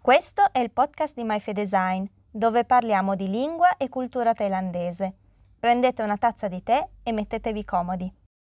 Questo è il podcast di MyFedesign, dove parliamo di lingua e cultura thailandese. Prendete una tazza di tè e mettetevi comodi.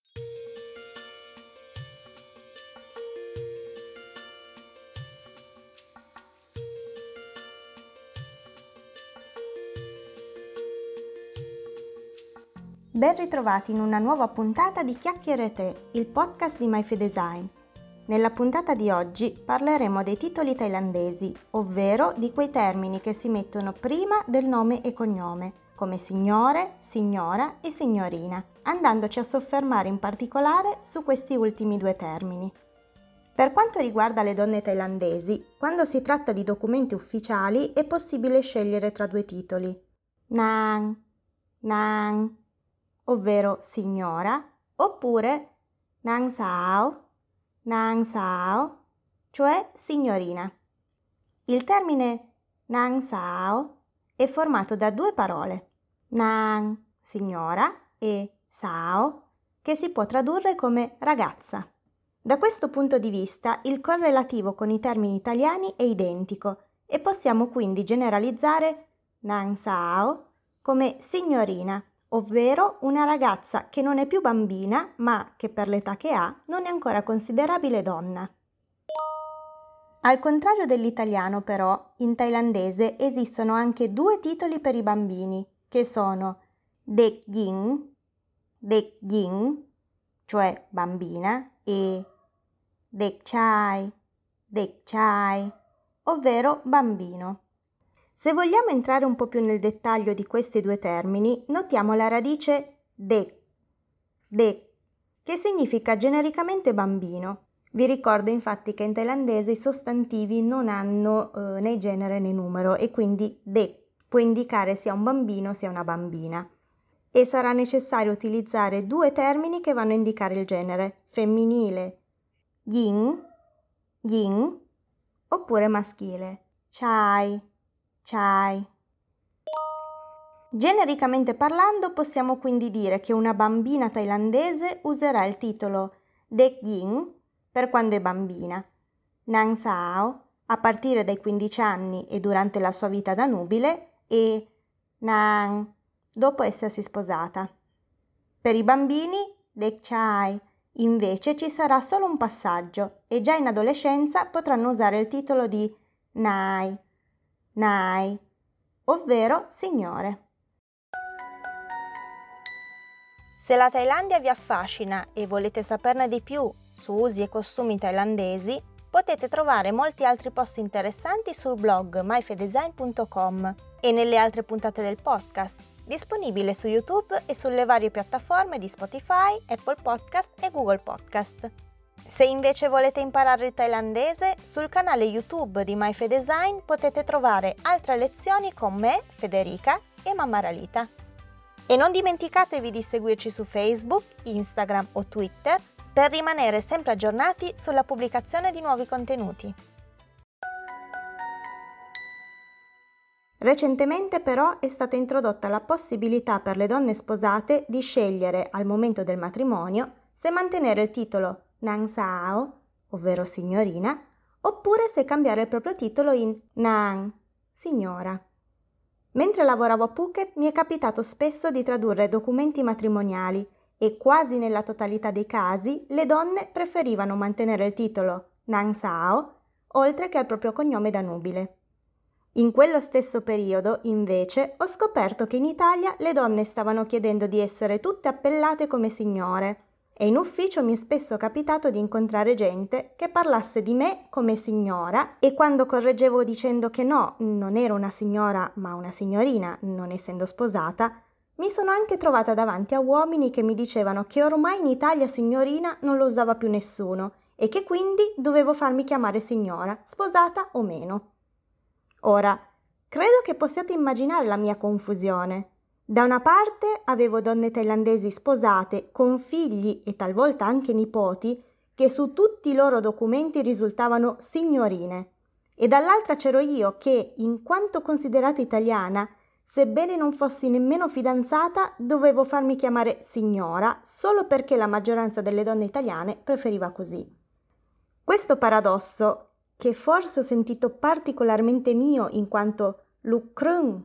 Ben ritrovati in una nuova puntata di Chiacchiere Tè, il podcast di MyFedesign. Nella puntata di oggi parleremo dei titoli thailandesi, ovvero di quei termini che si mettono prima del nome e cognome, come signore, signora e signorina, andandoci a soffermare in particolare su questi ultimi due termini. Per quanto riguarda le donne thailandesi, quando si tratta di documenti ufficiali è possibile scegliere tra due titoli, Nang, Nang, ovvero signora, oppure Nang Sao, cioè signorina. Il termine Nang Sao è formato da due parole, Nang, signora, e Sao, che si può tradurre come ragazza. Da questo punto di vista, il correlativo con i termini italiani è identico e possiamo quindi generalizzare Nang Sao come signorina, ovvero una ragazza che non è più bambina, ma che per l'età che ha non è ancora considerabile donna. Al contrario dell'italiano, però, in thailandese esistono anche due titoli per i bambini, che sono Dek Yin, cioè bambina, e Dek Chai, ovvero bambino. Se vogliamo entrare un po' più nel dettaglio di questi due termini, notiamo la radice Dek, che significa genericamente bambino. Vi ricordo infatti che in thailandese i sostantivi non hanno né genere né numero e quindi Dek può indicare sia un bambino sia una bambina. E sarà necessario utilizzare due termini che vanno a indicare il genere, femminile Yin, oppure maschile Chai. Genericamente parlando, possiamo quindi dire che una bambina thailandese userà il titolo Dek Yin per quando è bambina, Nang Sao a partire dai 15 anni e durante la sua vita da nubile e Nang dopo essersi sposata. Per i bambini, Dek Chai, invece ci sarà solo un passaggio e già in adolescenza potranno usare il titolo di Nai, ovvero signore. Se la Thailandia vi affascina e volete saperne di più su usi e costumi thailandesi, potete trovare molti altri post interessanti sul blog myfedesign.com e nelle altre puntate del podcast, disponibile su YouTube e sulle varie piattaforme di Spotify, Apple Podcast e Google Podcast. Se invece volete imparare il thailandese, sul canale YouTube di MyFedesign potete trovare altre lezioni con me, Federica e Mamma Ralita. E non dimenticatevi di seguirci su Facebook, Instagram o Twitter per rimanere sempre aggiornati sulla pubblicazione di nuovi contenuti. Recentemente però è stata introdotta la possibilità per le donne sposate di scegliere al momento del matrimonio se mantenere il titolo Nang Sao, ovvero signorina, oppure se cambiare il proprio titolo in Nang, signora. Mentre lavoravo a Phuket mi è capitato spesso di tradurre documenti matrimoniali e quasi nella totalità dei casi le donne preferivano mantenere il titolo Nang Sao oltre che il proprio cognome da nubile. In quello stesso periodo, invece, ho scoperto che in Italia le donne stavano chiedendo di essere tutte appellate come signore e in ufficio mi è spesso capitato di incontrare gente che parlasse di me come signora e quando correggevo dicendo che no, non ero una signora ma una signorina, non essendo sposata, mi sono anche trovata davanti a uomini che mi dicevano che ormai in Italia signorina non lo usava più nessuno e che quindi dovevo farmi chiamare signora, sposata o meno. Ora, credo che possiate immaginare la mia confusione. Da una parte avevo donne thailandesi sposate con figli e talvolta anche nipoti che su tutti i loro documenti risultavano signorine e dall'altra c'ero io che, in quanto considerata italiana, sebbene non fossi nemmeno fidanzata, dovevo farmi chiamare signora solo perché la maggioranza delle donne italiane preferiva così. Questo paradosso che forse ho sentito particolarmente mio in quanto Lukrung,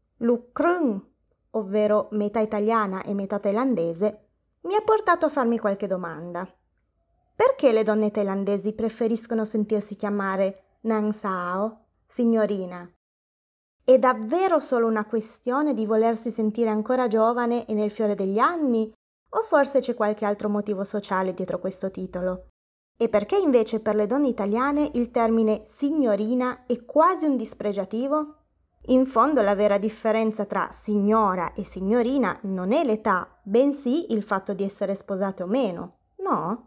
ovvero metà italiana e metà thailandese, mi ha portato a farmi qualche domanda. Perché le donne thailandesi preferiscono sentirsi chiamare Nang Sao, signorina? È davvero solo una questione di volersi sentire ancora giovane e nel fiore degli anni? O forse c'è qualche altro motivo sociale dietro questo titolo? E perché invece per le donne italiane il termine signorina è quasi un dispregiativo? In fondo la vera differenza tra signora e signorina non è l'età, bensì il fatto di essere sposate o meno, no?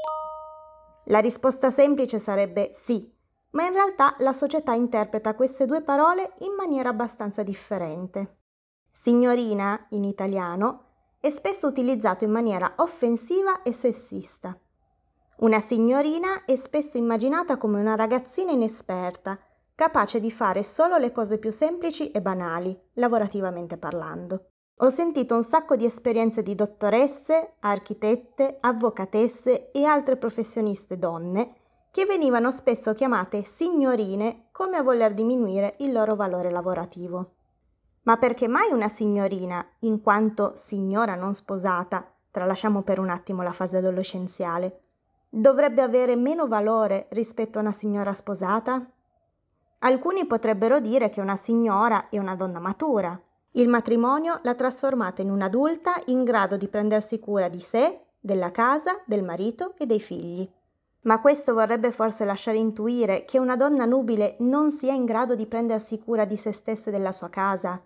La risposta semplice sarebbe sì, ma in realtà la società interpreta queste due parole in maniera abbastanza differente. Signorina, in italiano, è spesso utilizzato in maniera offensiva e sessista. Una signorina è spesso immaginata come una ragazzina inesperta, capace di fare solo le cose più semplici e banali, lavorativamente parlando. Ho sentito un sacco di esperienze di dottoresse, architette, avvocatesse e altre professioniste donne che venivano spesso chiamate signorine come a voler diminuire il loro valore lavorativo. Ma perché mai una signorina, in quanto signora non sposata, tralasciamo per un attimo la fase adolescenziale, dovrebbe avere meno valore rispetto a una signora sposata? Alcuni potrebbero dire che una signora è una donna matura. Il matrimonio l'ha trasformata in un'adulta in grado di prendersi cura di sé, della casa, del marito e dei figli. Ma questo vorrebbe forse lasciare intuire che una donna nubile non sia in grado di prendersi cura di se stessa e della sua casa.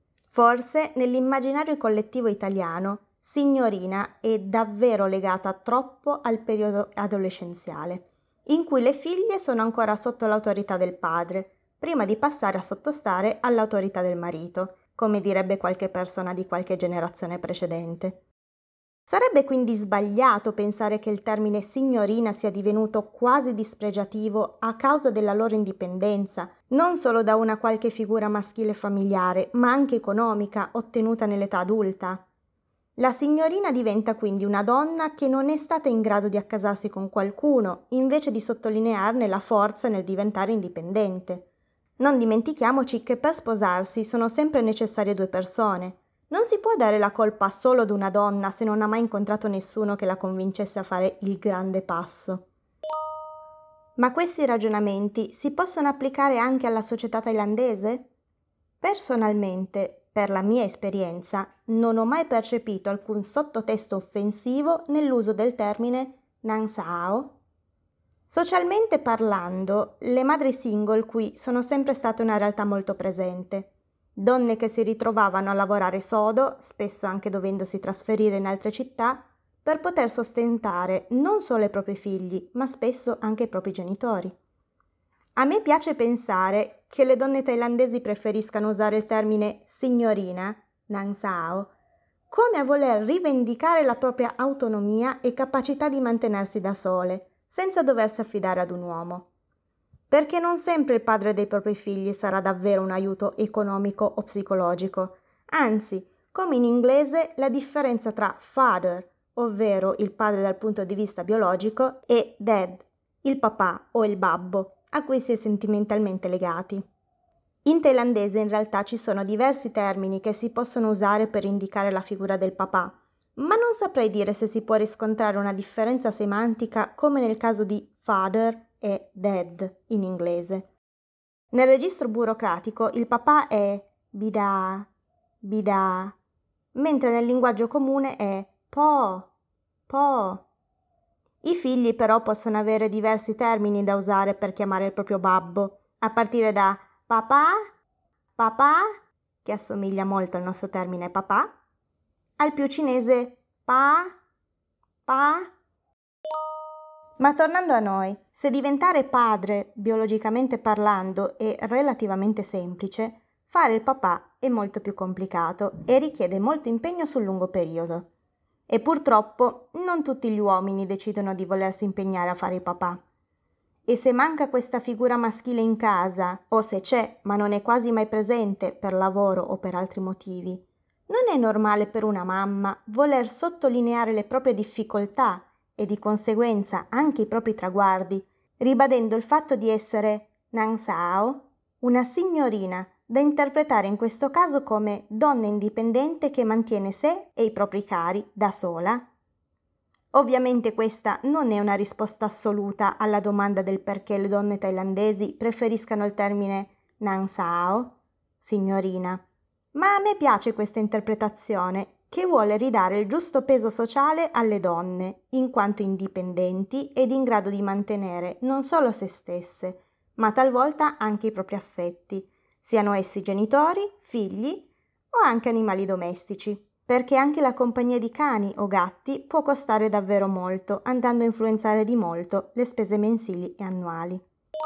Forse nell'immaginario collettivo italiano, signorina è davvero legata troppo al periodo adolescenziale, in cui le figlie sono ancora sotto l'autorità del padre, prima di passare a sottostare all'autorità del marito, come direbbe qualche persona di qualche generazione precedente. Sarebbe quindi sbagliato pensare che il termine signorina sia divenuto quasi dispregiativo a causa della loro indipendenza, non solo da una qualche figura maschile familiare, ma anche economica ottenuta nell'età adulta. La signorina diventa quindi una donna che non è stata in grado di accasarsi con qualcuno, invece di sottolinearne la forza nel diventare indipendente. Non dimentichiamoci che per sposarsi sono sempre necessarie due persone. Non si può dare la colpa solo ad una donna se non ha mai incontrato nessuno che la convincesse a fare il grande passo. Ma questi ragionamenti si possono applicare anche alla società thailandese? Personalmente, per la mia esperienza, non ho mai percepito alcun sottotesto offensivo nell'uso del termine Nang Sao. Socialmente parlando, le madri single qui sono sempre state una realtà molto presente. Donne che si ritrovavano a lavorare sodo, spesso anche dovendosi trasferire in altre città, per poter sostentare non solo i propri figli, ma spesso anche i propri genitori. A me piace pensare che le donne thailandesi preferiscano usare il termine signorina, Nang Sao, come a voler rivendicare la propria autonomia e capacità di mantenersi da sole, senza doversi affidare ad un uomo. Perché non sempre il padre dei propri figli sarà davvero un aiuto economico o psicologico. Anzi, come in inglese, la differenza tra father, ovvero il padre dal punto di vista biologico, e dad, il papà o il babbo, a cui si è sentimentalmente legati. In thailandese in realtà ci sono diversi termini che si possono usare per indicare la figura del papà, ma non saprei dire se si può riscontrare una differenza semantica come nel caso di father e dad in inglese. Nel registro burocratico il papà è bida, mentre nel linguaggio comune è po. I figli però possono avere diversi termini da usare per chiamare il proprio babbo, a partire da papà, che assomiglia molto al nostro termine papà, al più cinese pa. Ma tornando a noi, se diventare padre, biologicamente parlando, è relativamente semplice, fare il papà è molto più complicato e richiede molto impegno sul lungo periodo. E purtroppo non tutti gli uomini decidono di volersi impegnare a fare il papà. E se manca questa figura maschile in casa, o se c'è ma non è quasi mai presente per lavoro o per altri motivi, non è normale per una mamma voler sottolineare le proprie difficoltà e di conseguenza anche i propri traguardi, ribadendo il fatto di essere Nang Sao, una signorina, da interpretare in questo caso come donna indipendente che mantiene sé e i propri cari da sola. Ovviamente questa non è una risposta assoluta alla domanda del perché le donne thailandesi preferiscano il termine Nang Sao, signorina, ma a me piace questa interpretazione che vuole ridare il giusto peso sociale alle donne, in quanto indipendenti ed in grado di mantenere non solo se stesse, ma talvolta anche i propri affetti, siano essi genitori, figli o anche animali domestici, perché anche la compagnia di cani o gatti può costare davvero molto, andando a influenzare di molto le spese mensili e annuali.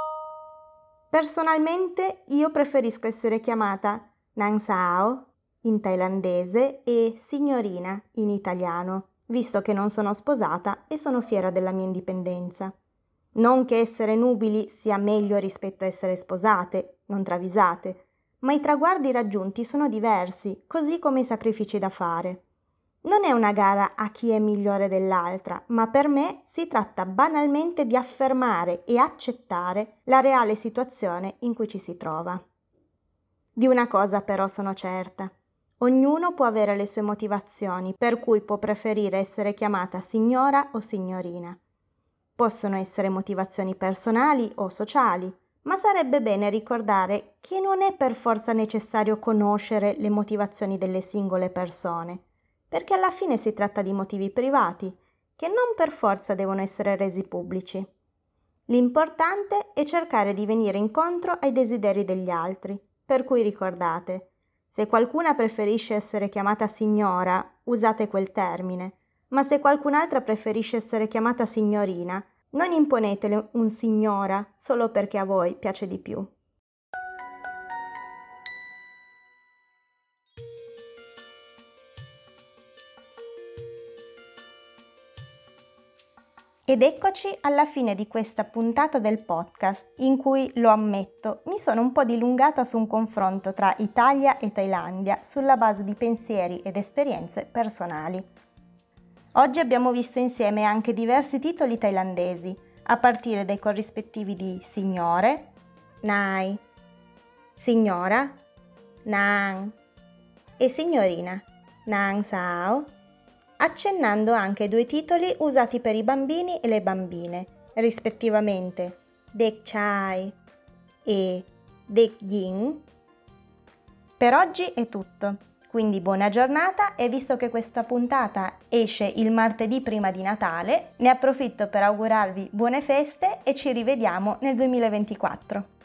Personalmente io preferisco essere chiamata Nang Sao in thailandese e signorina in italiano, visto che non sono sposata e sono fiera della mia indipendenza. Non che essere nubili sia meglio rispetto a essere sposate, non travisate, ma i traguardi raggiunti sono diversi, così come i sacrifici da fare. Non è una gara a chi è migliore dell'altra, ma per me si tratta banalmente di affermare e accettare la reale situazione in cui ci si trova. Di una cosa però sono certa. Ognuno può avere le sue motivazioni per cui può preferire essere chiamata signora o signorina. Possono essere motivazioni personali o sociali, ma sarebbe bene ricordare che non è per forza necessario conoscere le motivazioni delle singole persone, perché alla fine si tratta di motivi privati, che non per forza devono essere resi pubblici. L'importante è cercare di venire incontro ai desideri degli altri, per cui ricordate, se qualcuna preferisce essere chiamata signora, usate quel termine, ma se qualcun'altra preferisce essere chiamata signorina, non imponetele un signora solo perché a voi piace di più. Ed eccoci alla fine di questa puntata del podcast in cui, lo ammetto, mi sono un po' dilungata su un confronto tra Italia e Thailandia sulla base di pensieri ed esperienze personali. Oggi abbiamo visto insieme anche diversi titoli thailandesi, a partire dai corrispettivi di signore, nai, signora, nang e signorina, nang sao, accennando anche ai due titoli usati per i bambini e le bambine, rispettivamente Dek Chai e Dek Yin. Per oggi è tutto, quindi buona giornata e visto che questa puntata esce il martedì prima di Natale, ne approfitto per augurarvi buone feste e ci rivediamo nel 2024.